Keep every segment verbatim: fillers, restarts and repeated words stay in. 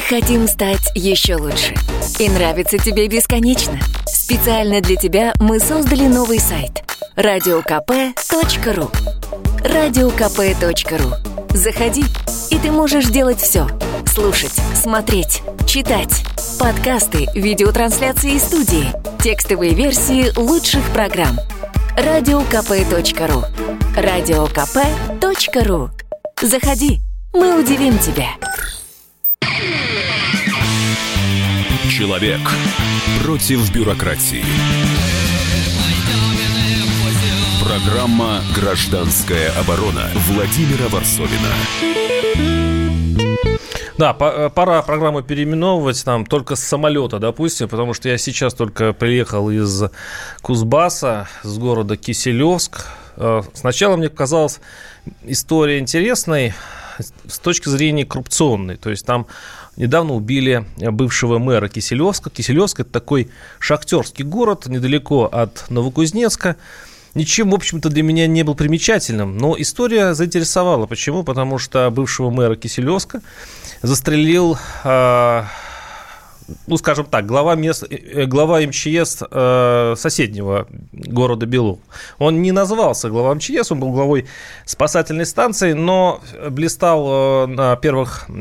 Хотим стать еще лучше. И нравится тебе бесконечно. Специально для тебя мы создали новый сайт радио ка пэ точка ру. радио ка пэ точка ру. Заходи, и ты можешь делать все. Слушать, смотреть, читать. Подкасты, видеотрансляции из студии, текстовые версии лучших программ. радио ка пэ точка ру. радио ка пэ точка ру. Заходи, мы удивим тебя. Человек против бюрократии. Программа «Гражданская оборона» Владимира Варсовина. Да, пора программу переименовывать нам только с самолета, допустим, потому что я сейчас только приехал из Кузбасса, с города Киселевск. Сначала мне показалась история интересной с точки зрения коррупционной. То есть там недавно убили бывшего мэра Киселевска. Киселевск – это такой шахтерский город недалеко от Новокузнецка. Ничем, в общем-то, для меня не был примечательным, но история заинтересовала. Почему? Потому что бывшего мэра Киселевска застрелил, э, ну, скажем так, глава, мест, э, глава эм че эс э, соседнего города Белов. Он не назывался главой эм че эс, он был главой спасательной станции, но блистал э, на, первых, э,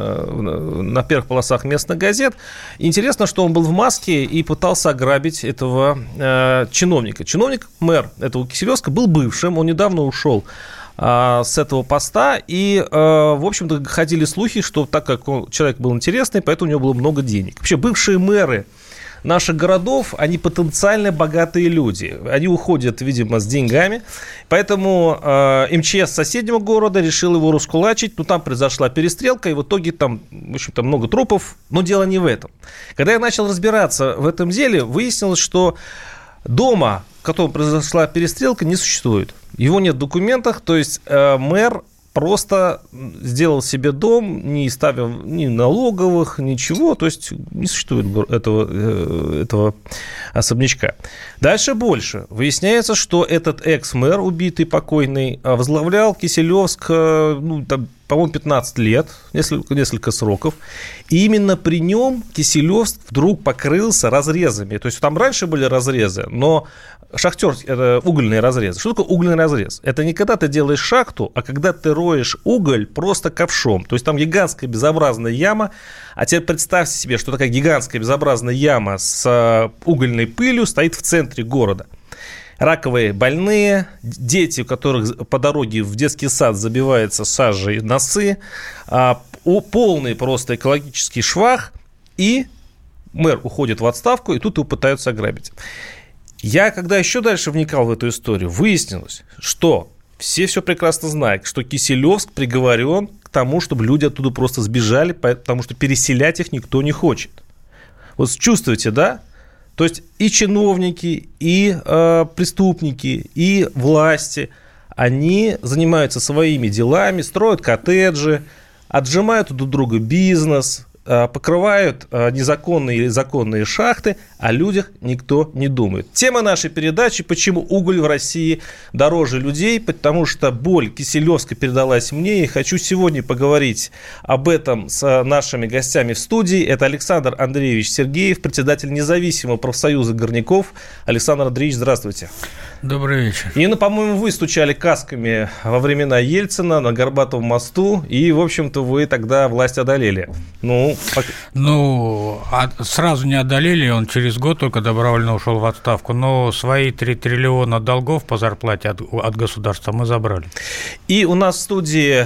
на первых полосах местных газет. Интересно, что он был в маске и пытался ограбить этого э, чиновника. Чиновник, мэр этого Киселевска, был бывшим, он недавно ушел с этого поста, и, в общем-то, ходили слухи, что так как он, человек был интересный, поэтому у него было много денег. Вообще, бывшие мэры наших городов, они потенциально богатые люди. Они уходят, видимо, с деньгами, поэтому эм че эс соседнего города решил его раскулачить, но там произошла перестрелка, и в итоге там, в общем-то, много трупов, но дело не в этом. Когда я начал разбираться в этом деле, выяснилось, что дома, в котором произошла перестрелка, не существует. Его нет в документах, то есть э, мэр просто сделал себе дом, не ставил ни налоговых, ничего, то есть не существует этого, э, этого особнячка. Дальше больше. Выясняется, что этот экс-мэр, убитый, покойный, возглавлял Киселевск, э, ну, там, по-моему, пятнадцать лет, несколько, несколько сроков. И именно при нем Киселевск вдруг покрылся разрезами. То есть там раньше были разрезы, но шахтер – это угольные разрезы. Что такое угольный разрез? Это не когда ты делаешь шахту, а когда ты роешь уголь просто ковшом. То есть там гигантская безобразная яма. А теперь представьте себе, что такая гигантская безобразная яма с угольной пылью стоит в центре города. Раковые больные, дети, у которых по дороге в детский сад забиваются сажей носы, полный просто экологический швах, и мэр уходит в отставку, и тут его пытаются ограбить. Я, когда еще дальше вникал в эту историю, выяснилось, что все все прекрасно знают, что Киселевск приговорен к тому, чтобы люди оттуда просто сбежали, потому что переселять их никто не хочет. Вот чувствуете, да? То есть и чиновники, и э, преступники, и власти, они занимаются своими делами, строят коттеджи, отжимают друг друга бизнес, э, покрывают э, незаконные или законные шахты, о людях никто не думает. Тема нашей передачи: почему уголь в России дороже людей, потому что боль Киселевска передалась мне, и хочу сегодня поговорить об этом с нашими гостями в студии. Это Александр Андреевич Сергеев, председатель независимого профсоюза горняков. Александр Андреевич, здравствуйте. Добрый вечер. И, ну, по-моему, вы стучали касками во времена Ельцина на Горбатовом мосту, и, в общем-то, вы тогда власть одолели. Ну, пок... ну сразу не одолели, он через год только добровольно ушел в отставку, но свои три триллиона долгов по зарплате от, от государства мы забрали. И у нас в студии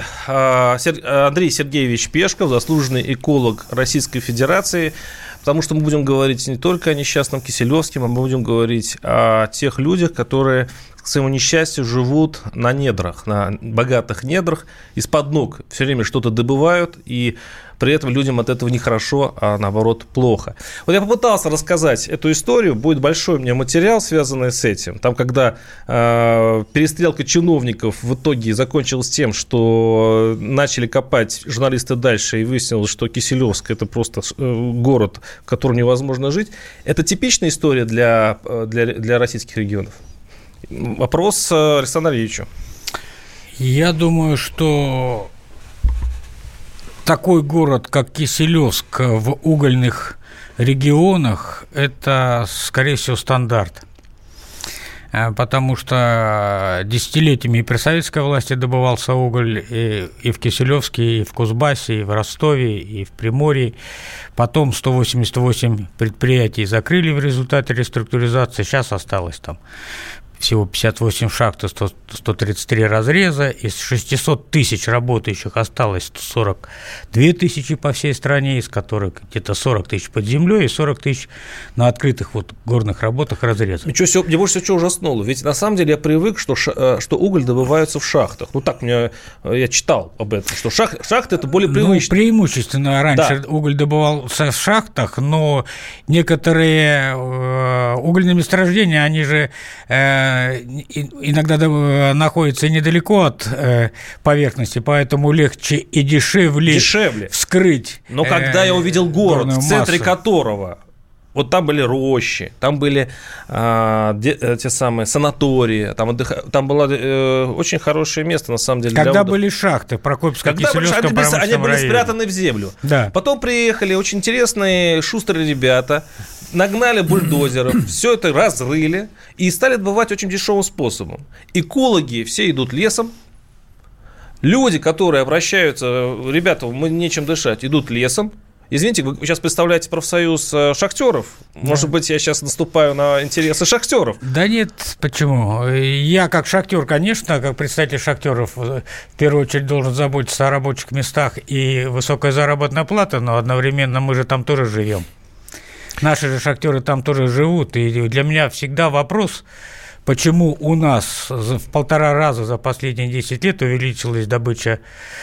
Андрей Сергеевич Пешков, заслуженный эколог Российской Федерации, потому что мы будем говорить не только о несчастном Киселевске, мы будем говорить о тех людях, которые к своему несчастью живут на недрах, на богатых недрах, из-под ног все время что-то добывают, и при этом людям от этого нехорошо, а наоборот плохо. Вот я попытался рассказать эту историю, будет большой у меня материал, связанный с этим. Там, когда э, перестрелка чиновников в итоге закончилась тем, что начали копать журналисты дальше, и выяснилось, что Киселевск – это просто э, город, в котором невозможно жить. Это типичная история для, для, для российских регионов. Вопрос Александру Ильичу. Я думаю, что такой город, как Киселевск, в угольных регионах – это, скорее всего, стандарт. Потому что десятилетиями и при советской власти добывался уголь и, и в Киселевске, и в Кузбассе, и в Ростове, и в Приморье. Потом сто восемьдесят восемь предприятий закрыли в результате реструктуризации. Сейчас осталось там всего пятьдесят восемь шахт и сто тридцать три разреза. Из шестисот тысяч работающих осталось сто сорок две тысячи по всей стране, из которых где-то сорок тысяч под землей и сорок тысяч на открытых вот горных работах разрезов. Ничего себе, мне больше всего ужаснуло. Ведь на самом деле я привык, что, ша- что уголь добывается в шахтах. Ну так мне, я читал об этом, что шах- шахты это более привычно. Ну, преимущественно раньше да. уголь добывался в шахтах, но некоторые э, угольные месторождения, они же э, иногда находятся недалеко от э, поверхности, поэтому легче и дешевле, дешевле. вскрыть. Но э, когда я увидел город, в центре массу. которого вот там были рощи, там были э, де, те самые санатории, там, отдых... там было э, очень хорошее место, на самом деле. Когда для... были шахты в Прокопьевско-Киселевском промышленном они были районе. спрятаны в землю. Да. Потом приехали очень интересные, шустрые ребята, нагнали бульдозеров, все это разрыли и стали добывать очень дешевым способом. Экологи все идут лесом, люди, которые обращаются, ребята, мы нечем дышать, идут лесом. Извините, вы сейчас представляете профсоюз шахтеров? Да. Может быть, я сейчас наступаю на интересы шахтеров? Да нет, почему? Я как шахтер, конечно, как представитель шахтеров, в первую очередь должен заботиться о рабочих местах и высокой заработной плате, но одновременно мы же там тоже живем. Наши же шахтеры там тоже живут, и для меня всегда вопрос, почему у нас в полтора раза за последние десять лет увеличилась добыча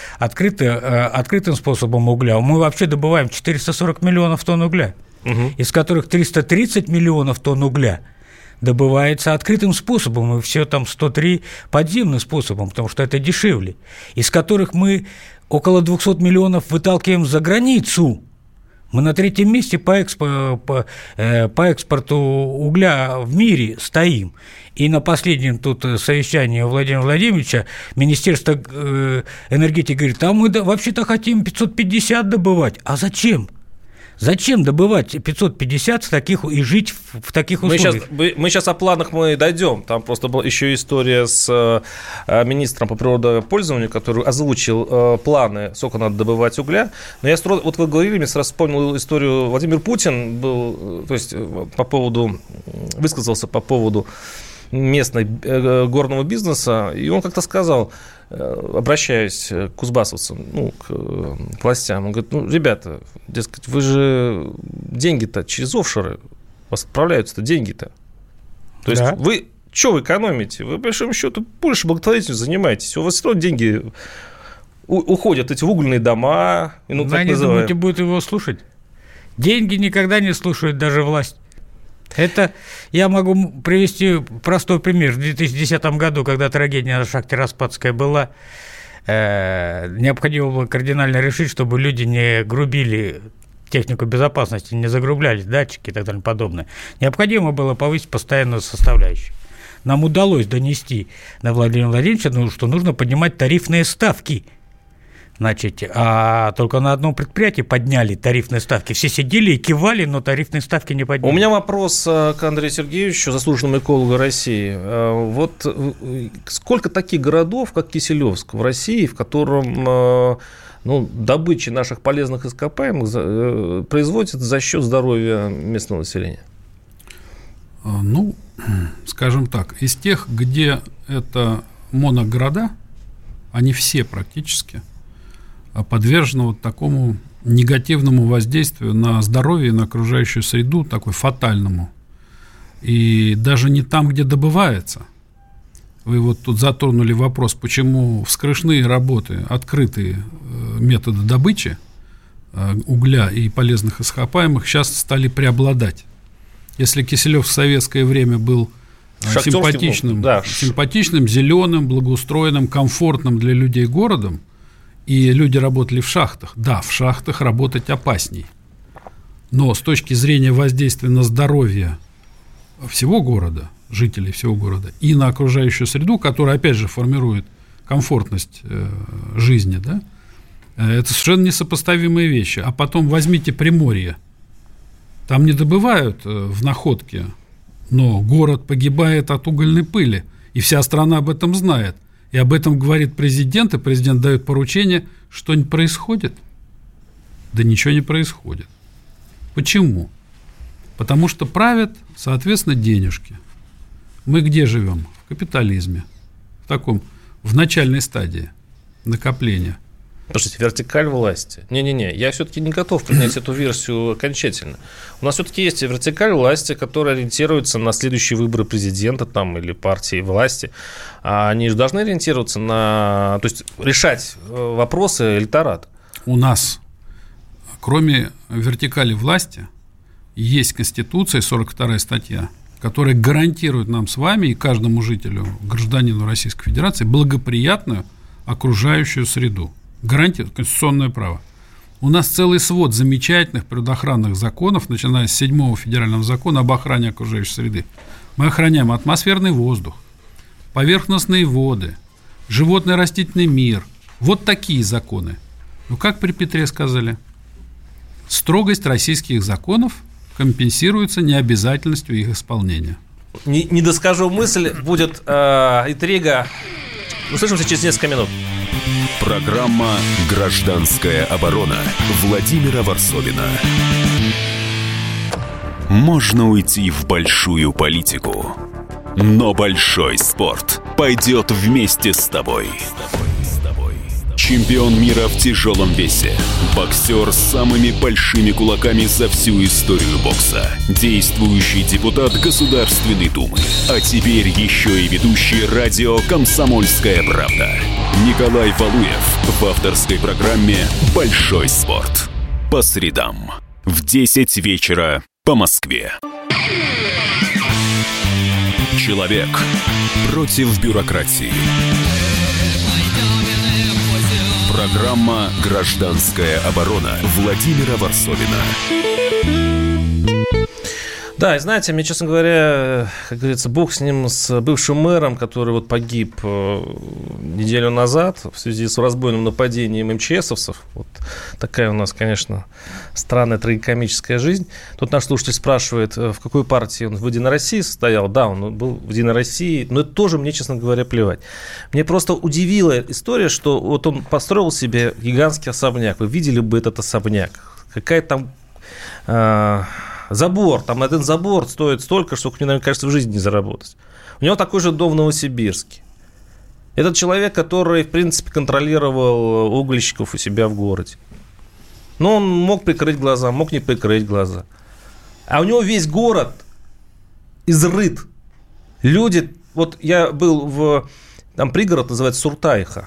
открыто, открытым способом угля. Мы вообще добываем четыреста сорок миллионов тонн угля, угу. из которых триста тридцать миллионов тонн угля добывается открытым способом, и все там сто три подземным способом, потому что это дешевле, из которых мы около двести миллионов выталкиваем за границу. Мы на третьем месте по, экспо, по, э, по экспорту угля в мире стоим. И на последнем тут совещании у Владимира Владимировича Министерство э, энергетики говорит, а мы да, вообще-то хотим пятьсот пятьдесят добывать. А зачем? Зачем добывать пятьсот пятьдесят в таких, и жить в, в таких условиях? Мы сейчас, мы сейчас о планах мы дойдем. Там просто была еще история с э, министром по природопользованию, который озвучил э, планы, сколько надо добывать угля. Но я сразу, вот вы говорили, мне сразу вспомнил историю. Владимир Путин был, то есть по поводу, высказался по поводу местной э, горного бизнеса, и он как-то сказал, э, обращаясь к кузбассовцам, ну, к, э, к властям, он говорит, ну, ребята, дескать, вы же деньги-то через офшоры, у вас отправляются-то деньги-то. То есть да. вы что вы экономите? Вы, по большому счету, больше благотворительностью занимаетесь, у вас все равно деньги у- уходят эти в угольные дома. Ну, да, не думаете, будет его слушать? Деньги никогда не слушают даже власть. Это я могу привести простой пример. В две тысячи десятом году, когда трагедия на шахте Распадская была, э, необходимо было кардинально решить, чтобы люди не грубили технику безопасности, не загрубляли датчики и так далее подобное. Необходимо было повысить постоянную составляющую. Нам удалось донести до Владимира Владимировича, что нужно поднимать тарифные ставки. Значит, а только на одном предприятии подняли тарифные ставки. Все сидели и кивали, но тарифные ставки не подняли. У меня вопрос к Андрею Сергеевичу, заслуженному экологу России. Вот сколько таких городов, как Киселевск, в России, в котором ну, добыча наших полезных ископаемых производится за счет здоровья местного населения? Ну, скажем так, из тех, где это моногорода, они все практически подвержены вот такому негативному воздействию на здоровье и на окружающую среду, такой фатальному. И даже не там, где добывается. Вы вот тут затронули вопрос, почему вскрышные работы, открытые методы добычи угля и полезных ископаемых сейчас стали преобладать. Если Киселев в советское время был симпатичным, да. симпатичным, зеленым, благоустроенным, комфортным для людей городом, и люди работали в шахтах. Да, в шахтах работать опасней. Но с точки зрения воздействия на здоровье всего города, жителей всего города, и на окружающую среду, которая, опять же, формирует комфортность э, жизни, да, Это совершенно несопоставимые вещи. А потом возьмите Приморье. Там не добывают в находке, но город погибает от угольной пыли. И вся страна об этом знает. И об этом говорит президент, и президент дает поручение. Что-нибудь происходит? Да ничего не происходит. Почему? Потому что правят, соответственно, денежки. Мы где живем? В капитализме. В таком, в начальной стадии накопления. Слушайте, вертикаль власти. Не-не-не, я все-таки не готов принять эту версию окончательно. У нас все-таки есть вертикаль власти, которая ориентируется на следующие выборы президента там, или партии власти. А они же должны ориентироваться на... То есть решать вопросы электората. У нас, кроме вертикали власти, есть Конституция, сорок вторая статья, которая гарантирует нам с вами и каждому жителю, гражданину Российской Федерации благоприятную окружающую среду. Гарантирует конституционное право. У нас целый свод замечательных природоохранных законов, начиная с седьмого федерального закона об охране окружающей среды. Мы охраняем атмосферный воздух, поверхностные воды, животный и растительный мир. Вот такие законы. Ну, как при Петре сказали, строгость российских законов компенсируется необязательностью их исполнения. Не, не доскажу мысль, будет э, интрига. Услышимся через несколько минут. Программа «Гражданская оборона» Владимира Варсовина. Можно уйти в большую политику, но большой спорт пойдет вместе с тобой. Чемпион мира в тяжелом весе. Боксер с самыми большими кулаками за всю историю бокса. Действующий депутат Государственной Думы. А теперь еще и ведущий радио «Комсомольская правда». Николай Валуев в авторской программе «Большой спорт». По средам в десять вечера по Москве. Человек против бюрократии. Программа «Гражданская оборона» Владимира Варсовина. Да, и знаете, мне, честно говоря, как говорится, бог с ним, с бывшим мэром, который вот погиб неделю назад в связи с разбойным нападением МЧСовцев. Вот такая у нас, конечно, странная трагикомическая жизнь. Тут наш слушатель спрашивает, в какой партии он в «Единой России» состоял. Да, он был в «Единой России», но это тоже мне, честно говоря, плевать. Мне просто удивила история, что вот он построил себе гигантский особняк. Вы видели бы этот особняк. Какая там... Э- Забор, там один забор стоит столько, что, мне, наверное, кажется, в жизни не заработать. У него такой же дом в Новосибирске. Этот человек, который, в принципе, контролировал угольщиков у себя в городе. Но он мог прикрыть глаза, мог не прикрыть глаза. А у него весь город изрыт. Люди... Вот я был в... Там пригород называется Суртайха.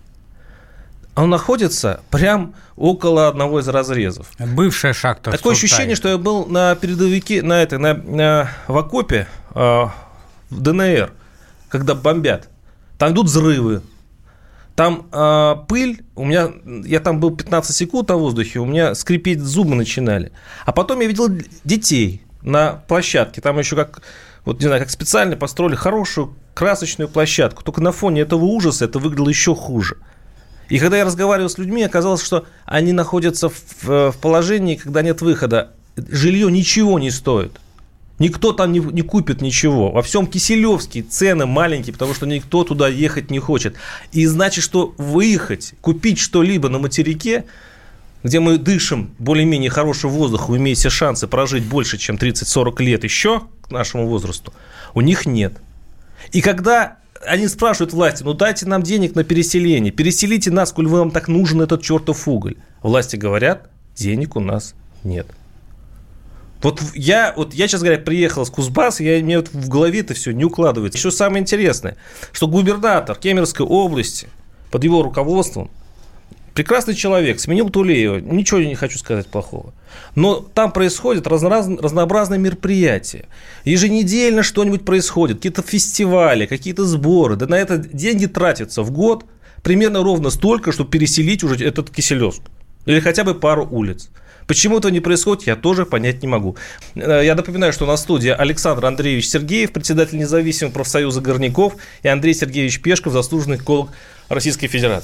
Он находится прям около одного из разрезов. Бывшая шахта. Такое ощущение, что я был на передовике, на этой, на, на, в окопе э, в ДНР, когда бомбят. Там идут взрывы. Там э, пыль. У меня, я там был пятнадцать секунд на воздухе, у меня скрипеть зубы начинали. А потом я видел детей на площадке. Там еще как, вот не знаю, как специально построили хорошую красочную площадку. Только на фоне этого ужаса это выглядело еще хуже. И когда я разговаривал с людьми, оказалось, что они находятся в, в положении, когда нет выхода. Жилье ничего не стоит. Никто там не, не купит ничего. Во всем Киселевске цены маленькие, потому что никто туда ехать не хочет. И значит, что выехать, купить что-либо на материке, где мы дышим более-менее хороший воздух, вы имеете шансы прожить больше, чем тридцать-сорок лет еще к нашему возрасту, у них нет. И когда... Они спрашивают власти, ну дайте нам денег на переселение, переселите нас, коль вам так нужен этот чертов уголь. Власти говорят, денег у нас нет. Вот я, вот я, честно говоря, приехал с Кузбасса, я, мне вот в голове это все не укладывается. Еще самое интересное, что губернатор Кемеровской области под его руководством, прекрасный человек, сменил Тулеева, ничего не хочу сказать плохого. Но там происходят разнообразные, разнообразные мероприятия. Еженедельно что-нибудь происходит, какие-то фестивали, какие-то сборы. Да на это деньги тратятся в год примерно ровно столько, чтобы переселить уже этот Киселевск. Или хотя бы пару улиц. Почему этого не происходит, я тоже понять не могу. Я напоминаю, что на студии Александр Андреевич Сергеев, председатель независимого профсоюза горняков, и Андрей Сергеевич Пешков, заслуженный эколог Российской Федерации.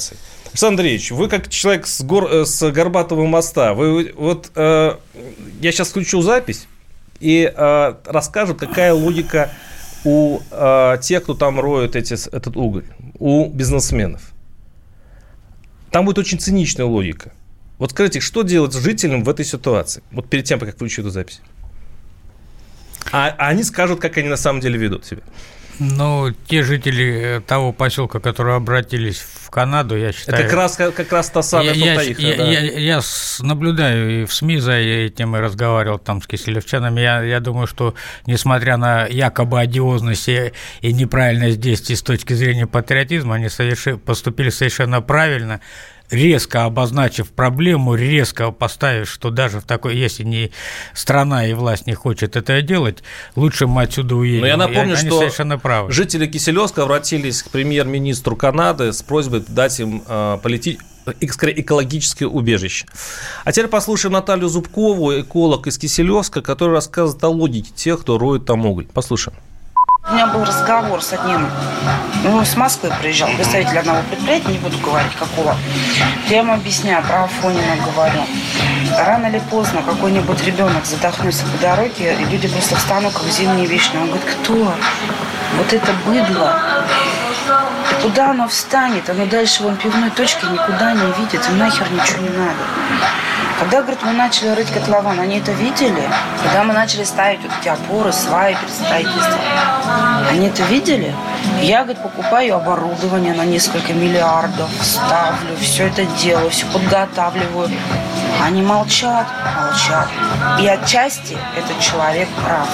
Александр Андреевич, вы как человек с, гор... с Горбатого моста, вы вот э, я сейчас включу запись и э, расскажу, какая логика у э, тех, кто там роет эти, этот уголь, у бизнесменов. Там будет очень циничная логика. Вот скажите, что делать с жителям в этой ситуации? Вот перед тем, как включу эту запись. А, а они скажут, как они на самом деле ведут себя. Ну, те жители того поселка, которые обратились в Канаду, я считаю... Это как раз, как раз та самая я, Тутаиха, я, да. я, я, я наблюдаю и в СМИ за этим, и разговаривал там с киселевчанами. Я, я думаю, что, несмотря на якобы одиозность и, и неправильность действий с точки зрения патриотизма, они соверши, поступили совершенно правильно, резко обозначив проблему, резко поставив, что даже в такой, если не страна и власть не хочет это делать, лучше мы отсюда уедем. Но я напомню, они что совершенно правы. Жители Киселевска обратились к премьер-министру Канады с просьбой дать им э, полити... экологическое убежище. А теперь послушаем Наталью Зубкову, эколог из Киселевска, который рассказывает о логике тех, кто роет там уголь. Послушаем. У меня был разговор с одним, ну, с Москвы приезжал, представитель одного предприятия, не буду говорить какого. Я ему объясняю, про Афонина говорю. Рано или поздно какой-нибудь ребенок задохнется по дороге, и люди просто встанут, как зимние вишни. Он говорит, кто? Вот это быдло. И куда оно встанет? Оно дальше вон пивной точки никуда не видит, им нахер ничего не надо. Когда, говорит, мы начали рыть котлован, они это видели? Когда мы начали ставить вот эти опоры, сваи перед строительством, они это видели? Я, говорит, покупаю оборудование на несколько миллиардов, ставлю, все это делаю, все подготавливаю. Они молчат, молчат. И отчасти этот человек прав.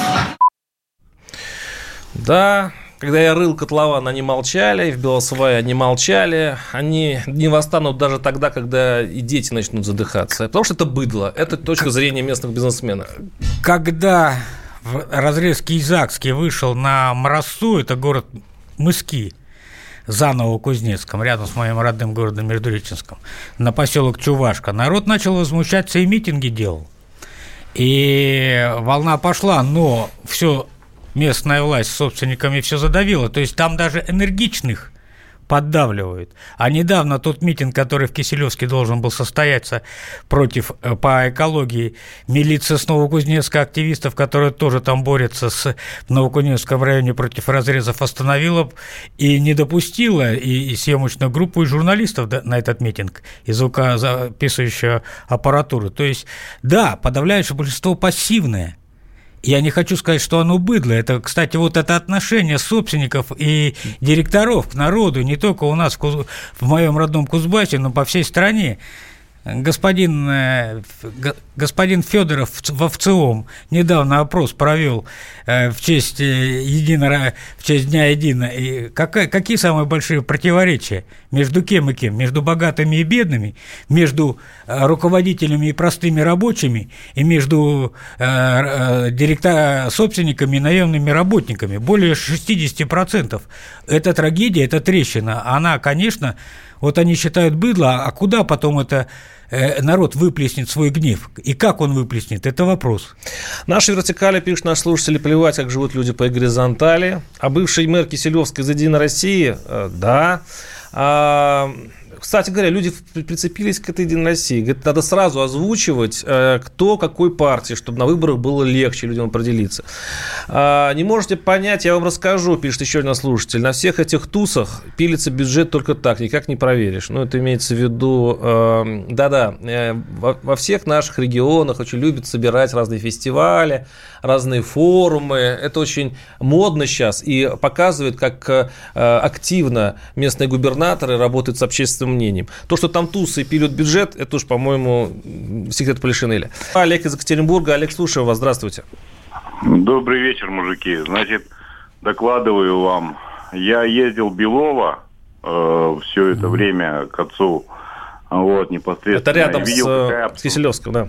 Да, когда я рыл котлован, они молчали, в Белосвае они молчали, они не восстанут даже тогда, когда и дети начнут задыхаться, потому что это быдло, это точка зрения местных бизнесменов. Когда в разрезке Изакский вышел на Мросу, это город Мыски, за Новокузнецком, рядом с моим родным городом Междуреченском, на поселок Чувашка, народ начал возмущаться и митинги делал. И волна пошла, но все... Местная власть с собственниками все задавила, то есть там даже энергичных поддавливают. А недавно тот митинг, который в Киселевске должен был состояться против, по экологии, милиция с Новокузнецка, активистов, которые тоже там борются с в Новокузнецком районе против разрезов, остановила и не допустила и, и съемочную группу, и журналистов на этот митинг, и звукозаписывающую аппаратуру. То есть, да, подавляющее большинство пассивное. Я не хочу сказать, что оно быдло. Это, кстати, вот это отношение собственников и директоров к народу, не только у нас в, Куз... в моем родном Кузбассе, но по всей стране. Господин, господин Федоров во ВЦИОМ недавно опрос провел в честь, едино, в честь Дня Едино. И какая, какие самые большие противоречия между кем и кем? Между богатыми и бедными, между руководителями и простыми рабочими, и между директор, собственниками и наемными работниками. Более шестьдесят процентов. Это трагедия, это трещина. Она, конечно... Вот они считают быдло, а куда потом это э, народ выплеснет свой гнев? И как он выплеснет? Это вопрос. Наши вертикали, пишут наши слушатели, плевать, как живут люди по горизонтали. А бывший мэр Киселевска из «Единой России», э, да. А, кстати говоря, люди прицепились к этой «Единой России». Говорит, надо сразу озвучивать, э, кто какой партии, чтобы на выборах было легче людям определиться. А, не можете понять, я вам расскажу, пишет еще один слушатель. На всех этих тусах пилится бюджет только так, никак не проверишь. Ну, это имеется в виду, э, да-да, э, во, во всех наших регионах очень любят собирать разные фестивали, разные форумы. Это очень модно сейчас и показывает, как э, активно местные губернаторы работают с общественным мнением. То, что там тусы пилят бюджет, это уж, по-моему, секрет Полишинеля. Олег из Екатеринбурга. Олег, слушаю вас. Здравствуйте. Добрый вечер, мужики. Значит, докладываю вам. Я ездил в Белово э, все это mm-hmm. время к отцу. Вот, непосредственно. Это рядом видел, с, какая... с Киселевском, да?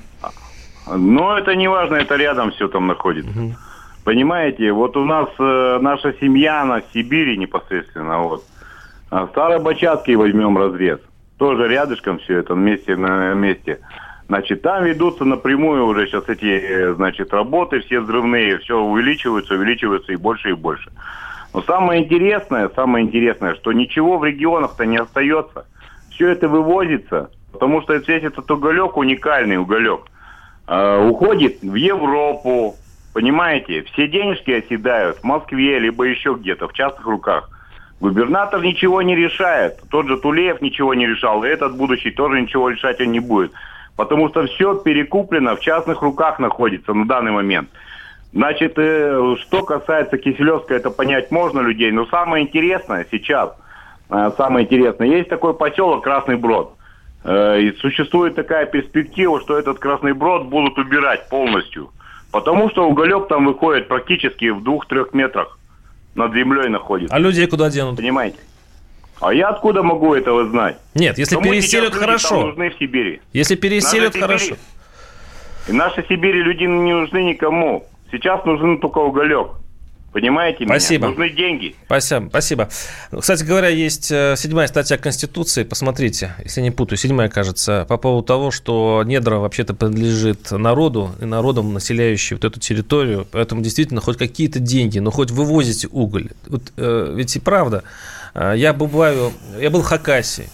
Но это не важно, это рядом все там находится. Mm-hmm. Понимаете, вот у нас э, наша семья на Сибири непосредственно, вот. Старобочатский возьмем разрез. Тоже рядышком все это, вместе на месте. Значит, там ведутся напрямую уже сейчас эти, значит, работы, все взрывные, все увеличиваются, увеличиваются и больше, и больше. Но самое интересное, самое интересное, что ничего в регионах-то не остается. все это вывозится, потому что весь этот уголек, уникальный уголек, э, уходит в Европу, понимаете? Все денежки оседают в Москве, либо еще где-то, в частных руках. Губернатор ничего не решает. Тот же Тулеев ничего не решал, и этот будущий тоже ничего решать он не будет. Потому что все перекуплено, в частных руках находится на данный момент. Значит, э, что касается Киселевска, это понять можно людей. Но самое интересное сейчас, э, самое интересное, есть такой поселок Красный Брод. Э, и существует такая перспектива, что этот Красный Брод будут убирать полностью. Потому что уголек там выходит практически в двух-трех метрах над землей находится. А людей куда денут? Понимаете? А я откуда могу этого знать? Нет, если Кому переселят, сейчас люди хорошо. там нужны в Сибири? Если переселят, Нашей хорошо. Сибири- В нашей Сибири люди не нужны никому. Сейчас нужен только уголек. Понимаете меня? Спасибо. Нужны деньги. Спасибо, спасибо. Кстати говоря, есть э, седьмая статья Конституции, посмотрите, если не путаю, седьмая, кажется, по поводу того, что недра вообще-то принадлежит народу и народам, населяющим вот эту территорию, поэтому действительно хоть какие-то деньги, но хоть вывозите уголь. Вот, э, ведь и правда, э, я бываю, я был в Хакасии,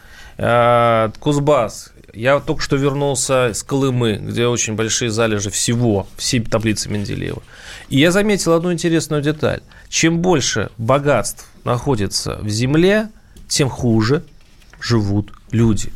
э, Кузбасс. Я только что вернулся с Колымы, где очень большие залежи всего, всей таблицы Менделеева. И я заметил одну интересную деталь. Чем больше богатств находится в земле, тем хуже живут люди.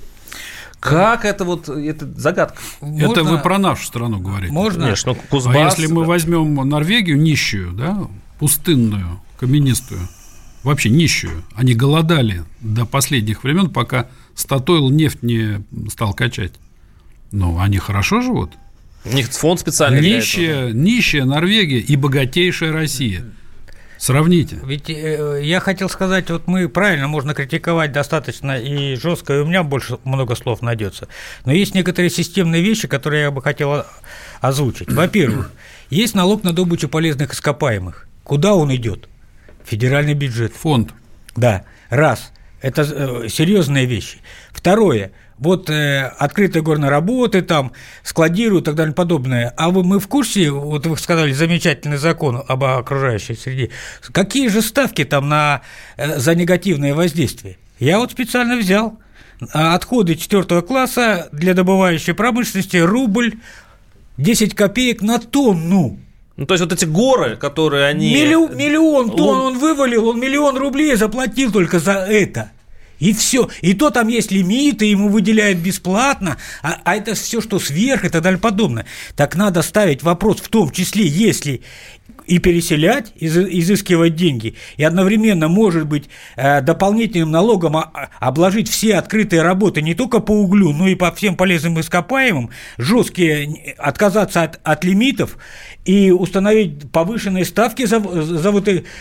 Как это вот, это загадка. Можно? Это вы про нашу страну говорите. Можно? Конечно, Кузбасс. А если мы возьмем Норвегию нищую, да, пустынную, каменистую, вообще нищую, они голодали до последних времен, пока Статойл нефть не стал качать. Но они хорошо живут. У них фонд специальный для Нищая, этого. нищая Норвегия и богатейшая Россия. Сравните. Ведь э, я хотел сказать, вот мы правильно, можно критиковать достаточно и жестко, и у меня больше много слов найдется. Но есть некоторые системные вещи, которые я бы хотел озвучить. Во-первых, есть налог на добычу полезных ископаемых. Куда он идет? Федеральный бюджет. Фонд. Да, раз. Это э, серьезные вещи. Второе. Вот э, открытые горные работы, там, складируют и так далее подобное. А вы, мы в курсе, вот вы сказали, замечательный закон об окружающей среде. Какие же ставки там на, э, за негативное воздействие? Я вот специально взял. Отходы четвертого класса для добывающей промышленности рубль десять копеек на тонну. Ну, то есть, вот эти горы, которые они... Миллион, миллион тонн он вывалил, он миллион рублей заплатил только за это. И все. И то там есть лимиты, ему выделяют бесплатно, а, а это все, что сверх и так далее подобное. Так надо ставить вопрос в том числе, если и переселять, из, изыскивать деньги, и одновременно, может быть, э, дополнительным налогом обложить все открытые работы не только по углю, но и по всем полезным ископаемым, жесткие, отказаться от, от лимитов и установить повышенные ставки за, за, вот, э,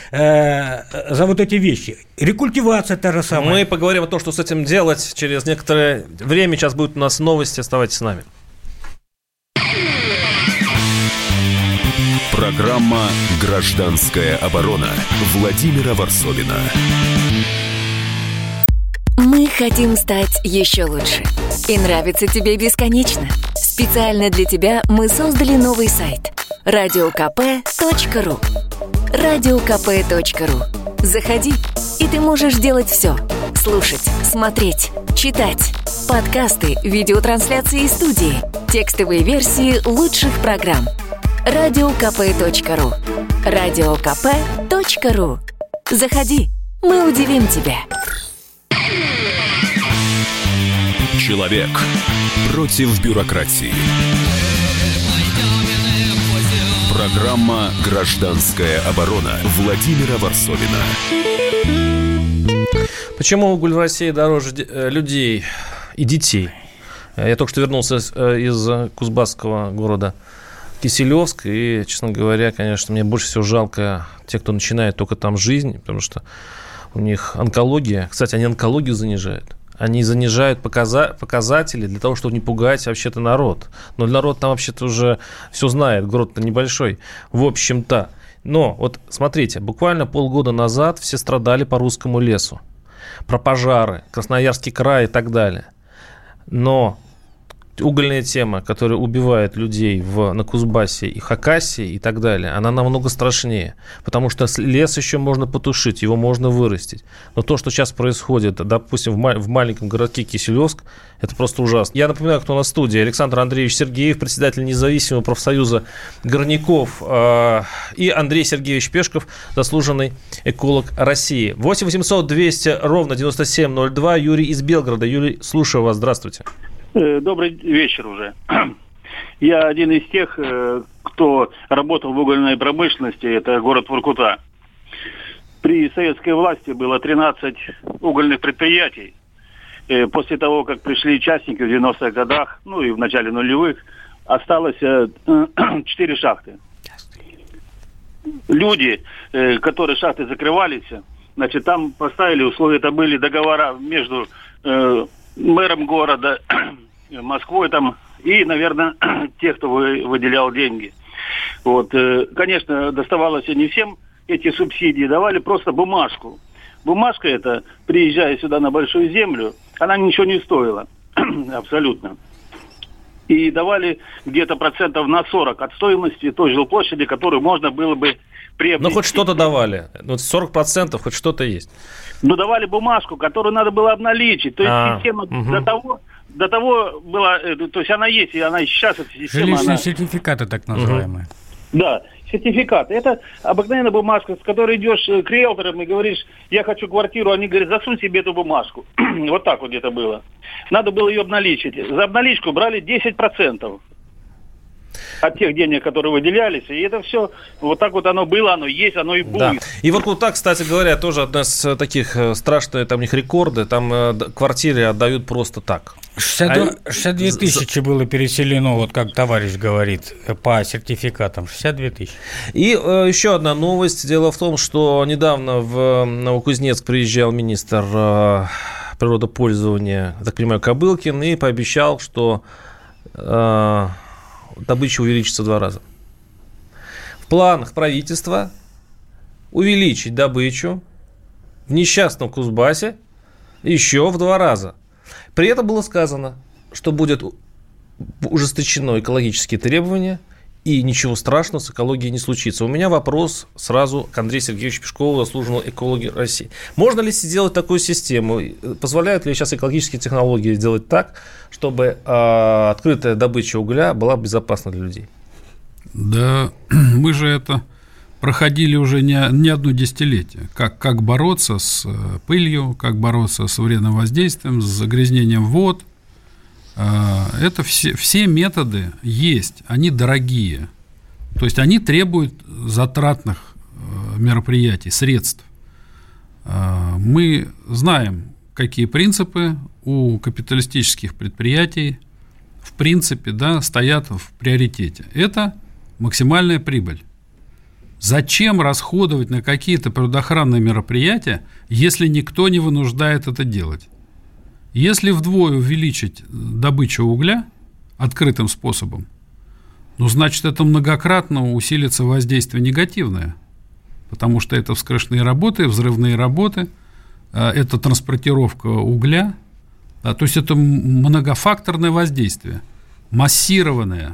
за вот эти вещи. Рекультивация та же самая. Мы поговорим о том, что с этим делать через некоторое время. Сейчас будут у нас новости. Оставайтесь с нами. Программа «Гражданская оборона» Владимира Варсовина. Мы хотим стать еще лучше. И нравится тебе бесконечно. Специально для тебя мы создали новый сайт – радио ка пэ точка ру. радио ка пэ точка ру. Заходи, и ты можешь делать все. Слушать, смотреть, читать. Подкасты, видеотрансляции из студии, текстовые версии лучших программ. радио ка пэ точка ру. радио ка пэ точка ру. Заходи, мы удивим тебя. Человек против бюрократии. Программа «Гражданская оборона» Владимира Варсовина. Почему уголь в России дороже людей и детей? Я только что вернулся из кузбасского города Киселевск, и, честно говоря, конечно, мне больше всего жалко тех, кто начинает только там жизнь, потому что у них онкология. Кстати, они онкологию занижают. Они занижают показа- показатели для того, чтобы не пугать вообще-то народ. Но народ там вообще-то уже все знает, город-то небольшой, в общем-то. Но вот смотрите, буквально полгода назад все страдали по русскому лесу. Про пожары, Красноярский край и так далее. Но угольная тема, которая убивает людей в, на Кузбассе и Хакасии и так далее, она намного страшнее, потому что лес еще можно потушить, его можно вырастить. Но то, что сейчас происходит, допустим, в, ма- в маленьком городке Киселевск, это просто ужасно. Я напоминаю, кто на студии. Александр Андреевич Сергеев, председатель независимого профсоюза горняков, э- и Андрей Сергеевич Пешков, заслуженный эколог России. восемь восемьсот двести ровно девяносто семь ноль два. Юрий из Белгорода. Юрий, слушаю вас. Здравствуйте. Добрый вечер уже. Я один из тех, кто работал в угольной промышленности, это город Воркута. При советской власти было тринадцать угольных предприятий. После того, как пришли частники в девяностых годах, ну и в начале нулевых, осталось четыре шахты. Люди, которые шахты закрывались, значит, там поставили условия, это были договора между мэром города, Москвой там, и, наверное, тех, кто выделял деньги. Вот, конечно, доставалось не всем эти субсидии, давали просто бумажку. Бумажка эта, приезжая сюда на Большую Землю, она ничего не стоила, абсолютно. И давали где-то процентов на сорок от стоимости той жилплощади, которую можно было бы приобрести. Ну, хоть что-то давали. Ну, сорок процентов хоть что-то есть. Ну, давали бумажку, которую надо было обналичить. То есть а, система угу. до того, до того была, то есть она есть, и она сейчас, эта система... Жилищные она... сертификаты, так называемые. Угу. Да, сертификаты. Это обыкновенная бумажка, с которой идешь к риэлторам и говоришь, я хочу квартиру, они говорят, засунь себе эту бумажку. Вот так вот где-то было. Надо было ее обналичить. За обналичку брали десять процентов от тех денег, которые выделялись. И это все, вот так вот оно было, оно есть, оно и будет. Да. И вот так, кстати говоря, тоже одна из таких страшных, там у них рекорды, там э, квартиры отдают просто так. шестьдесят две тысячи было переселено, вот как товарищ говорит, по сертификатам. шестьдесят две тысячи. И э, еще одна новость. Дело в том, что недавно в Новокузнецк приезжал министр э, природопользования, так понимаю, Кобылкин, и пообещал, что э, добыча увеличится в два раза. В планах правительства увеличить добычу в несчастном Кузбассе еще в два раза. При этом было сказано, что будет ужесточено экологические требования, и ничего страшного с экологией не случится. У меня вопрос сразу к Андрею Сергеевичу Пешкову, заслуженному экологу России. Можно ли сделать такую систему? Позволяют ли сейчас экологические технологии сделать так, чтобы э, открытая добыча угля была безопасна для людей? Да, мы же это проходили уже не, не одно десятилетие. Как, как бороться с пылью, как бороться с вредным воздействием, с загрязнением вод. Это все, все методы есть, они дорогие. То есть они требуют затратных мероприятий, средств. Мы знаем, какие принципы у капиталистических предприятий в принципе, да, стоят в приоритете. Это максимальная прибыль. Зачем расходовать на какие-то природоохранные мероприятия, если никто не вынуждает это делать? Если вдвое увеличить добычу угля открытым способом, ну, значит, это многократно усилится воздействие негативное, потому что это вскрышные работы, взрывные работы, это транспортировка угля, да, то есть это многофакторное воздействие, массированное.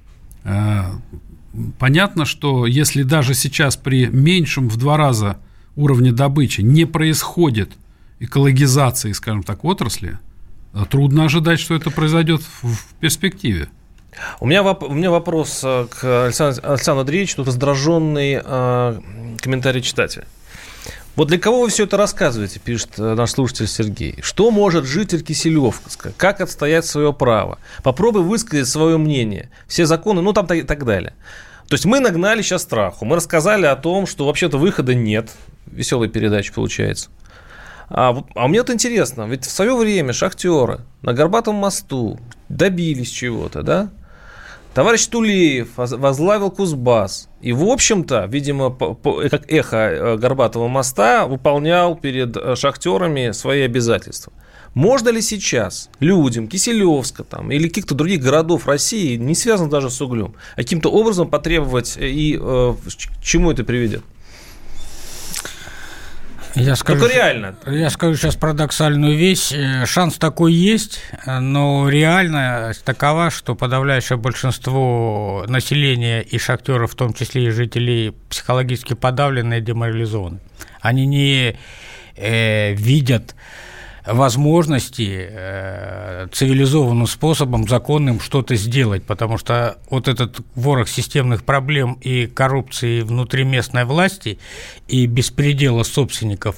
Понятно, что если даже сейчас при меньшем в два раза уровне добычи не происходит экологизации, скажем так, отрасли, трудно ожидать, что это произойдет в, в перспективе. У меня, воп- у меня вопрос к Александру, Александру Андреевичу, тут раздраженный э, комментарий читателя. Вот для кого вы все это рассказываете, пишет наш слушатель Сергей. Что может житель Киселевска? Как отстоять свое право? Попробуй высказать свое мнение. Все законы, ну там и так далее. То есть мы нагнали сейчас страху. Мы рассказали о том, что вообще-то выхода нет. Веселая передача получается. А, а мне вот интересно, ведь в свое время шахтеры на Горбатом мосту добились чего-то, да? Товарищ Тулеев возглавил Кузбасс. И, в общем-то, видимо, по, по, как эхо Горбатого моста выполнял перед шахтерами свои обязательства. Можно ли сейчас людям Киселевска там, или каких-то других городов России, не связанных даже с углем, каким-то образом потребовать, и э, к чему это приведет? Я скажу, Только реально. Я скажу сейчас парадоксальную вещь. Шанс такой есть, но реальность такова, что подавляющее большинство населения и шахтеров, в том числе и жителей, психологически подавлены и деморализованы. Они не э, видят возможности э, цивилизованным способом, законным что-то сделать, потому что вот этот ворох системных проблем и коррупции внутри местной власти и беспредела собственников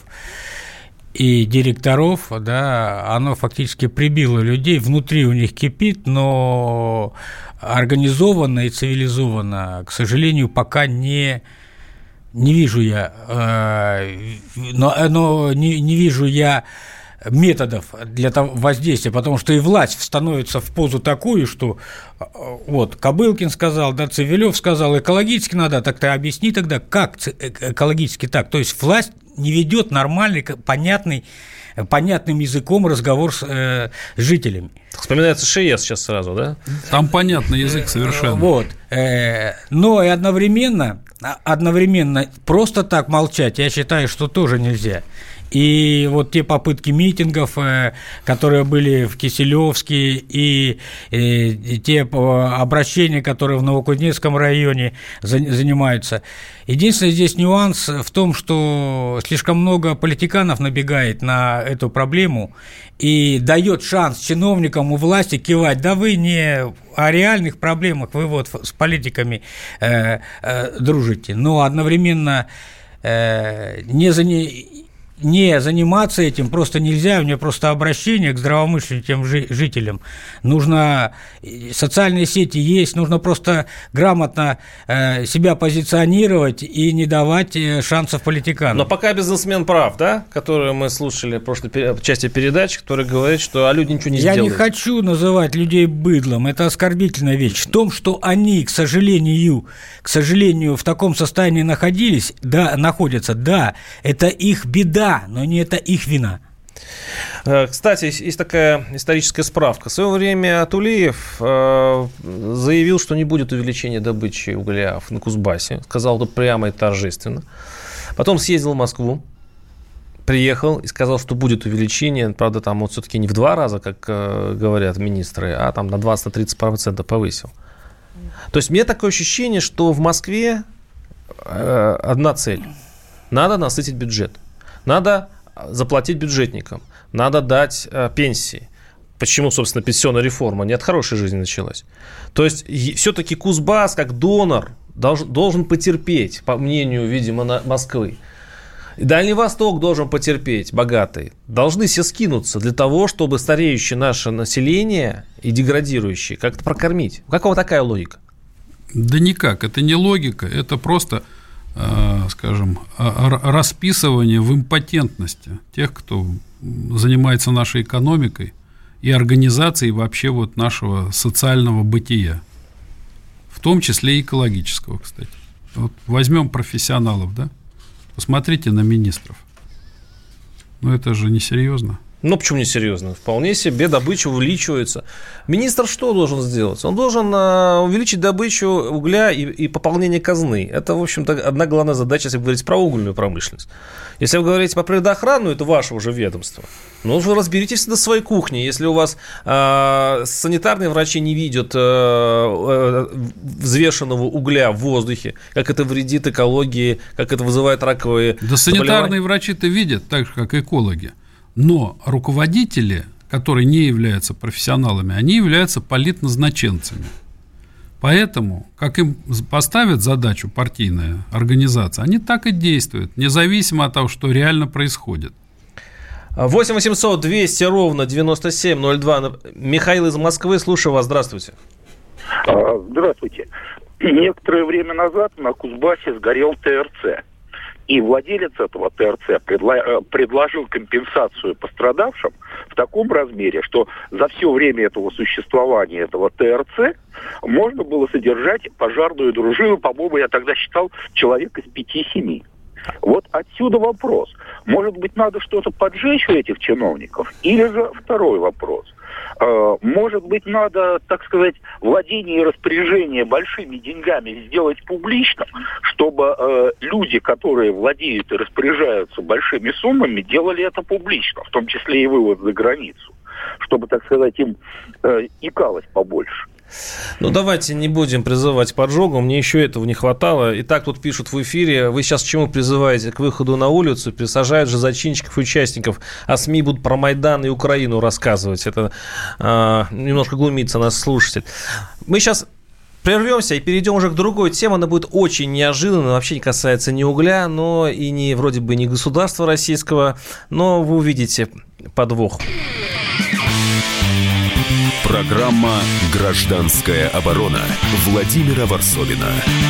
и директоров, да, оно фактически прибило людей, внутри у них кипит, но организованно и цивилизованно, к сожалению, пока не... Не вижу я, э, но, но не, не вижу я методов для того воздействия, потому что и власть становится в позу такую, что вот Кобылкин сказал, да, Цивилев сказал, экологически надо, так ты объясни тогда, как экологически так, то есть власть не ведет нормальный, понятный, понятным языком разговор с э, жителями. Вспоминается ШИЭС сейчас сразу, да? Там понятный язык совершенно. Вот, э, но и одновременно, одновременно просто так молчать, я считаю, что тоже нельзя. И вот те попытки митингов, которые были в Киселевске, и, и те обращения, которые в Новокузнецком районе занимаются. Единственный здесь нюанс в том, что слишком много политиканов набегает на эту проблему и дает шанс чиновникам у власти кивать. Да вы не о реальных проблемах, вы вот с политиками э, э, дружите. Но одновременно э, не за не Не заниматься этим просто нельзя, у меня просто обращение к здравомыслящим жителям. Нужно, социальные сети есть, нужно просто грамотно себя позиционировать и не давать шансов политиканам. Но пока бизнесмен прав, да, который мы слушали в прошлой части передачи, который говорит, что а люди ничего не Я сделают. Я не хочу называть людей быдлом, это оскорбительная вещь. В том, что они, к сожалению, к сожалению, в таком состоянии находились, да, находятся, да, это их беда. Но не это их вина. Кстати, есть такая историческая справка. В свое время Тулеев э, заявил, что не будет увеличения добычи угля на Кузбассе. Сказал это прямо и торжественно. Потом съездил в Москву, приехал и сказал, что будет увеличение. Правда, там вот все-таки не в два раза, как э, говорят министры, а там на двадцать-тридцать процентов повысил. То есть, у меня такое ощущение, что в Москве э, одна цель. Надо насытить бюджет. Надо заплатить бюджетникам, надо дать э, пенсии. Почему, собственно, пенсионная реформа не от хорошей жизни началась? То есть, все-таки Кузбасс, как донор, должен, должен потерпеть, по мнению, видимо, на Москвы. И Дальний Восток должен потерпеть, богатый. Должны все скинуться для того, чтобы стареющее наше население и деградирующее как-то прокормить. Какова такая логика? Да никак, это не логика, это просто... скажем, расписывание в импотентности тех, кто занимается нашей экономикой и организацией вообще вот нашего социального бытия, в том числе и экологического, кстати. Вот возьмем профессионалов, да, посмотрите на министров. Ну, это же несерьезно. Ну, почему не серьезно? Вполне себе добыча увеличивается. Министр что должен сделать? Он должен э, увеличить добычу угля и, и пополнение казны. Это, в общем-то, одна главная задача, если вы говорите про угольную промышленность. Если вы говорите про природоохрану, это ваше уже ведомство. Ну, вы разберитесь на своей кухне. Если у вас э, санитарные врачи не видят э, э, взвешенного угля в воздухе, как это вредит экологии, как это вызывает раковые Да санитарные врачи-то видят, так же, как экологи. Но руководители, которые не являются профессионалами, они являются политназначенцами. Поэтому, как им поставят задачу партийная организация, они так и действуют, независимо от того, что реально происходит. восемь восемьсот двести ровно девяносто семь ноль два. Михаил из Москвы, слушаю вас, здравствуйте. Здравствуйте. Некоторое время назад на Кузбассе сгорел ТРЦ. И владелец этого ТРЦ предла- предложил компенсацию пострадавшим в таком размере, что за все время этого существования этого ТРЦ можно было содержать пожарную дружину, по-моему, я тогда считал, человек из пяти-семи. Вот отсюда вопрос. Может быть, надо что-то поджечь у этих чиновников? Или же второй вопрос. Может быть, надо, так сказать, владение и распоряжение большими деньгами сделать публичным, чтобы люди, которые владеют и распоряжаются большими суммами, делали это публично, в том числе и вывод за границу, чтобы, так сказать, им икалось побольше. Ну, давайте не будем призывать к поджогу, мне еще этого не хватало. И так тут пишут в эфире, вы сейчас к чему призываете? К выходу на улицу, присажают же зачинщиков и участников, а СМИ будут про Майдан и Украину рассказывать. Это а, немножко глумится наш слушатель. Мы сейчас прервемся и перейдем уже к другой теме. Она будет очень неожиданно, вообще не касается ни угля, но и не, вроде бы не государства российского, но вы увидите подвох. Программа «Гражданская оборона» Владимира Варсовина.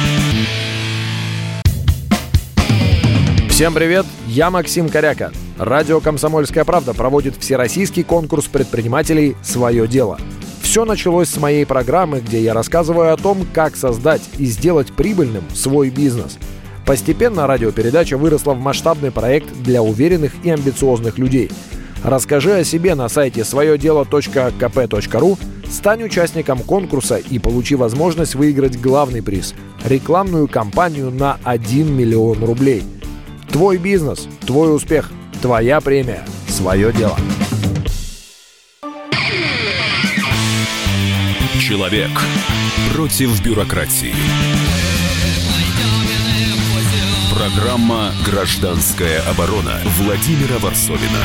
Всем привет, я Максим Коряка. Радио «Комсомольская правда» проводит всероссийский конкурс предпринимателей «Свое дело». Все началось с моей программы, где я рассказываю о том, как создать и сделать прибыльным свой бизнес. Постепенно радиопередача выросла в масштабный проект для уверенных и амбициозных людей. Расскажи о себе на сайте свое дело точка ка пэ точка ру, стань участником конкурса и получи возможность выиграть главный приз – рекламную кампанию на один миллион рублей. Твой бизнес, твой успех, твоя премия, свое дело. Человек против бюрократии. Программа «Гражданская оборона» Владимира Варсовина.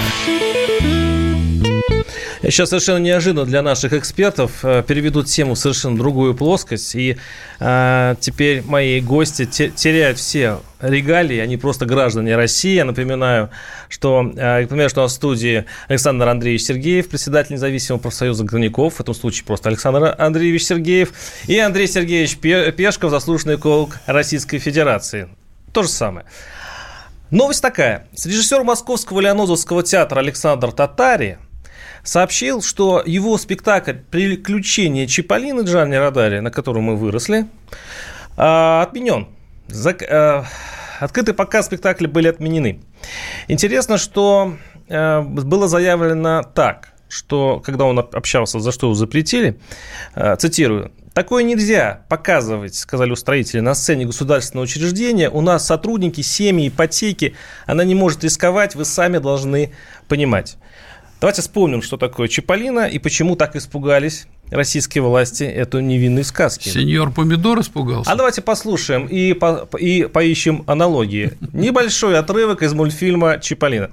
Я сейчас совершенно неожиданно для наших экспертов переведу тему в совершенно другую плоскость. И э, теперь мои гости те, теряют все регалии, они просто граждане России. Я напоминаю, что, э, напоминаю, что у нас в студии Александр Андреевич Сергеев, председатель независимого профсоюза горняков, в этом случае просто Александр Андреевич Сергеев, и Андрей Сергеевич Пешков, заслуженный эколог Российской Федерации. То же самое. Новость такая. Режиссер Московского Леонозовского театра Александр Татари сообщил, что его спектакль «Приключения Чиполлино» Джанни Родари, на котором мы выросли, отменен. Открытый показ спектакля были отменены. Интересно, что было заявлено так, что когда он общался, за что его запретили, цитирую, «Такое нельзя показывать, сказали устроители, на сцене государственного учреждения. У нас сотрудники, семьи, ипотеки. Она не может рисковать, вы сами должны понимать». Давайте вспомним, что такое Чиполлино и почему так испугались российские власти эту невинной сказки. Сеньор Помидор испугался? А давайте послушаем и, по, и поищем аналогии. Небольшой отрывок из мультфильма «Чиполлино».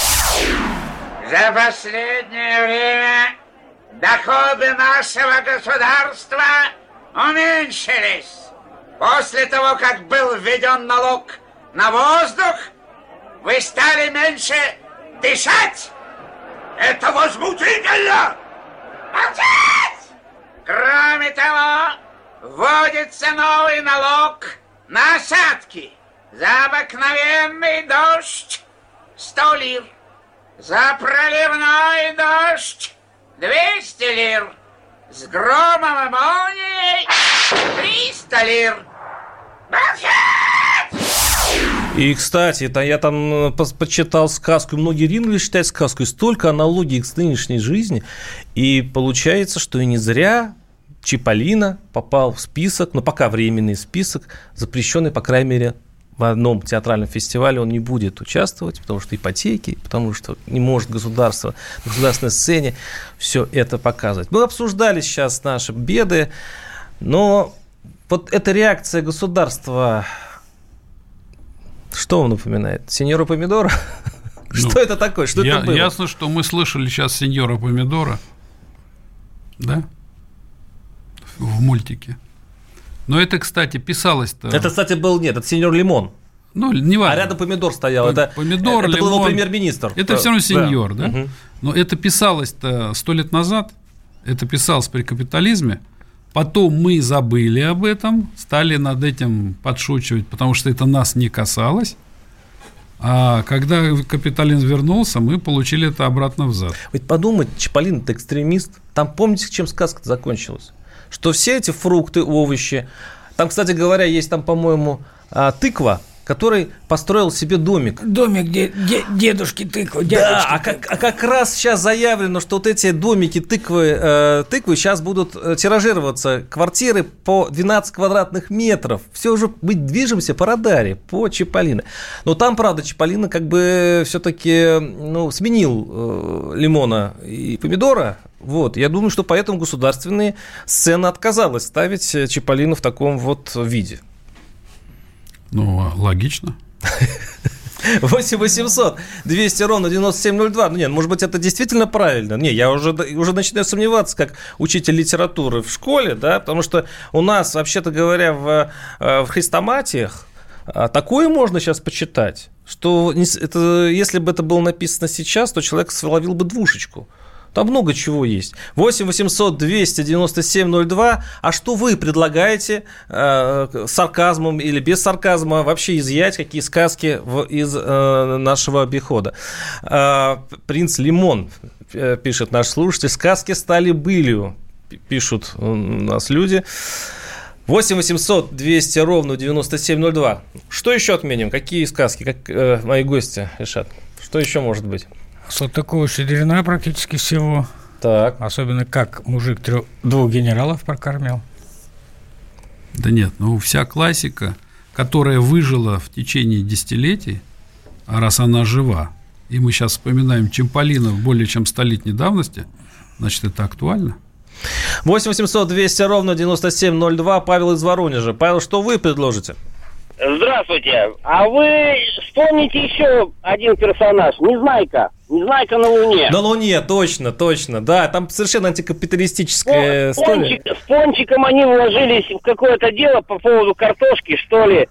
За последнее время доходы нашего государства уменьшились. После того, как был введен налог на воздух, вы стали меньше дышать. Это возмутительно! Молчать! Кроме того, вводится новый налог на осадки. За обыкновенный дождь сто лир. За проливной дождь двести лир. С громом и молнией триста лир. Молчать! И, кстати, это я там почитал сказку, многие ринулись читать сказку, и столько аналогий к нынешней жизни, и получается, что и не зря Чиполлино попал в список, но пока временный список, запрещенный, по крайней мере, в одном театральном фестивале он не будет участвовать, потому что ипотеки, потому что не может государство на государственной сцене все это показывать. Мы обсуждали сейчас наши беды, но вот эта реакция государства... Что вам напоминает? Сеньора Помидора? Ну, что это такое? Что я, это было? Ясно, что мы слышали сейчас сеньора Помидора, да, в мультике. Но это, кстати, писалось-то... Это, кстати, был, нет, это сеньор Лимон. Ну, не важно. А рядом помидор стоял. П- это помидор, это лимон. был его премьер-министр. Это все равно сеньор, да? да? Угу. Но это писалось-то сто лет назад. Это писалось при капитализме. Потом мы забыли об этом, стали над этим подшучивать, потому что это нас не касалось. А когда капитализм вернулся, мы получили это обратно взад. Ведь подумать, Чиполлино – это экстремист. Там помните, чем сказка закончилась? Что все эти фрукты, овощи, там, кстати говоря, есть там, по-моему, тыква, который построил себе домик. Домик, где, где дедушки тыквы, да, а как, а как раз сейчас заявлено, что вот эти домики тыквы, э, тыквы сейчас будут тиражироваться, квартиры по двенадцать квадратных метров. Все уже, мы движемся по радаре, по Чиполлино. Но там, правда, Чиполлино как бы все-таки ну, сменил э, лимона и помидора. Вот. Я думаю, что поэтому государственная сцена отказалась ставить Чиполлино в таком вот виде. Ну, логично. восемь восемьсот двести ровно девяносто семь ноль два. Ну, нет, может быть, это действительно правильно. Не, я уже, уже начинаю сомневаться, как учитель литературы в школе, да, потому что у нас, вообще-то говоря, в, в хрестоматиях такое можно сейчас почитать, что это, если бы это было написано сейчас, то человек словил бы двушечку. Там много чего есть. восемь восемьсот двести девяносто семь ноль два. А что вы предлагаете э, с сарказмом или без сарказма вообще изъять какие сказки в, из э, нашего обихода? Э, «Принц Лимон», э, пишет наш слушатель, «сказки стали былью», пишут у нас люди. восемь восемьсот двести ровно девяносто семь ноль два. Что еще отменим? Какие сказки? Как э, мои гости решат? Что еще может быть? Салтыкова-Щедрина практически всего. Так. Особенно как мужик трех, двух генералов прокормил. Да нет, ну вся классика, которая выжила в течение десятилетий, а раз она жива, и мы сейчас вспоминаем Чиполлино более чем столетней давности, значит, это актуально. восемь восемьсот двести ровно девяносто семь ноль два. Павел из Воронежа. Павел, что вы предложите? Здравствуйте. А вы вспомните еще один персонаж. Незнайка. Незнайка на Луне. На Луне, точно, точно. Да, там совершенно антикапиталистическая с, пончик, история. С Пончиком они вложились в какое-то дело по поводу картошки, что ли.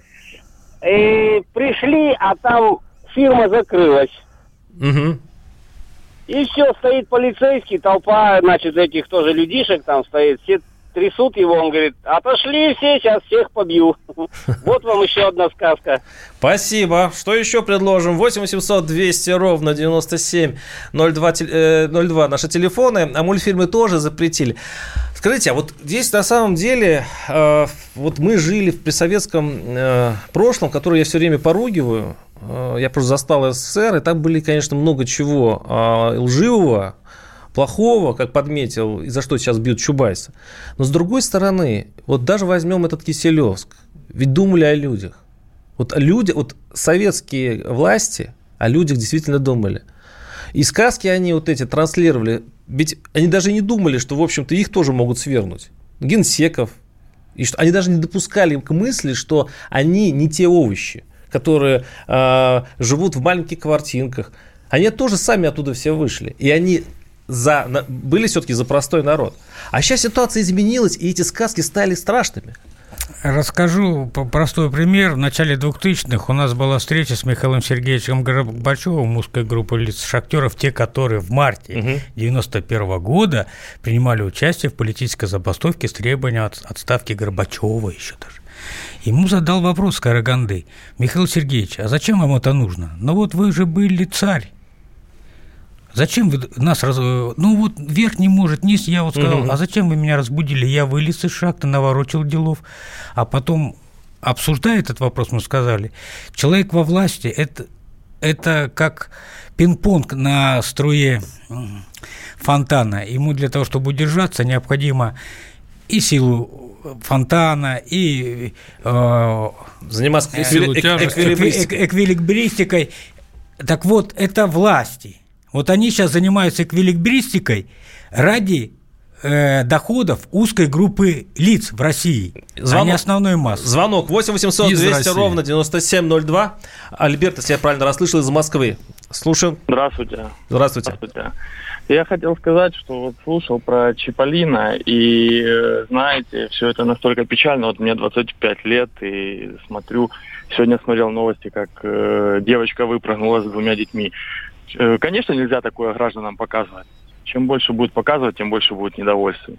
И пришли, а там фирма закрылась. Угу. И все, стоит полицейский, толпа, значит, этих тоже людишек там стоит, все трясут его, он говорит, отошли все, сейчас всех побью. Вот вам еще одна сказка. Спасибо. Что еще предложим? восемь восемьсот двести ровно девяносто семь ноль два, ноль два наши телефоны, а мультфильмы тоже запретили. Скажите, а вот здесь на самом деле э, вот мы жили в присоветском э, прошлом, которое я все время поругиваю. Э, я просто застал СССР, и там были, конечно, много чего э, лживого, плохого, как подметил, и за что сейчас бьют Чубайса. Но с другой стороны, вот даже возьмем этот Киселевск, ведь думали о людях. Вот люди, вот советские власти о людях действительно думали. И сказки они вот эти транслировали, ведь они даже не думали, что, в общем-то, их тоже могут свергнуть. Генсеков. И что они даже не допускали к мысли, что они не те овощи, которые э, живут в маленьких квартирках. Они тоже сами оттуда все вышли. И они за, были все-таки за простой народ. А сейчас ситуация изменилась, и эти сказки стали страшными. Расскажу простой пример. В начале двухтысячных у нас была встреча с Михаилом Сергеевичем Горбачевым, узкой группой лиц шахтеров, те, которые в марте девяносто первого года принимали участие в политической забастовке с требованием от, отставки Горбачева еще даже. Ему задал вопрос Караганды: Михаил Сергеевич, а зачем вам это нужно? Ну вот вы же были царь. Зачем вы нас раз... Ну вот вверх не может, низ, я вот сказал, угу. А зачем вы меня разбудили? Я вылез из шахты, наворочил делов. А потом, обсуждая этот вопрос, мы сказали, человек во власти это, это как пинг-понг на струе фонтана. Ему для того, чтобы удержаться, необходимо и силу фонтана, и э, заниматься эквилибристикой. эквилибристикой. Так вот, это власти. Вот они сейчас занимаются эквилибристикой ради э, доходов узкой группы лиц в России, звонок, а не основной массы. Звонок восемь восемьсот двести ровно девяносто семь ноль два. Альберт, если я правильно расслышал, из Москвы. Слушаю. Здравствуйте. Здравствуйте. Здравствуйте. Я хотел сказать, что вот слушал про Чиполлино, и, знаете, все это настолько печально. Вот мне двадцать пять лет, и смотрю, сегодня смотрел новости, как э, девочка выпрыгнула с двумя детьми. Конечно, нельзя такое гражданам показывать. Чем больше будет показывать, тем больше будет недовольства.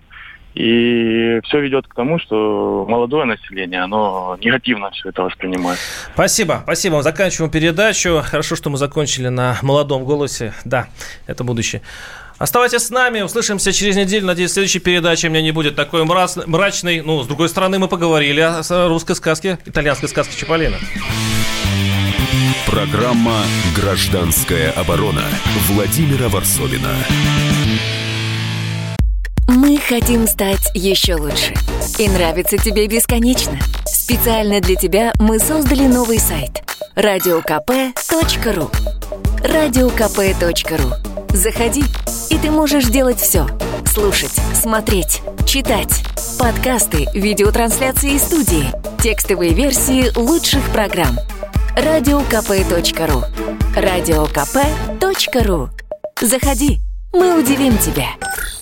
И все ведет к тому, что молодое население, оно негативно все это воспринимает. Спасибо, спасибо. Заканчиваем передачу. Хорошо, что мы закончили на молодом голосе. Да, это будущее. Оставайтесь с нами, услышимся через неделю. Надеюсь, следующей передачи у меня не будет такой мрачной. Ну, с другой стороны, мы поговорили о русской сказке, итальянской сказке Чиполлино. Программа «Гражданская оборона» Владимира Варсовина. Мы хотим стать еще лучше. И нравится тебе бесконечно. Специально для тебя мы создали новый сайт радио ка пэ точка ру. радио ка пэ точка ру. Заходи, и ты можешь делать все. Слушать, смотреть, читать. Подкасты, видеотрансляции из студии, текстовые версии лучших программ. радио ка пэ точка ру. радио ка пэ точка ру. Заходи, мы удивим тебя.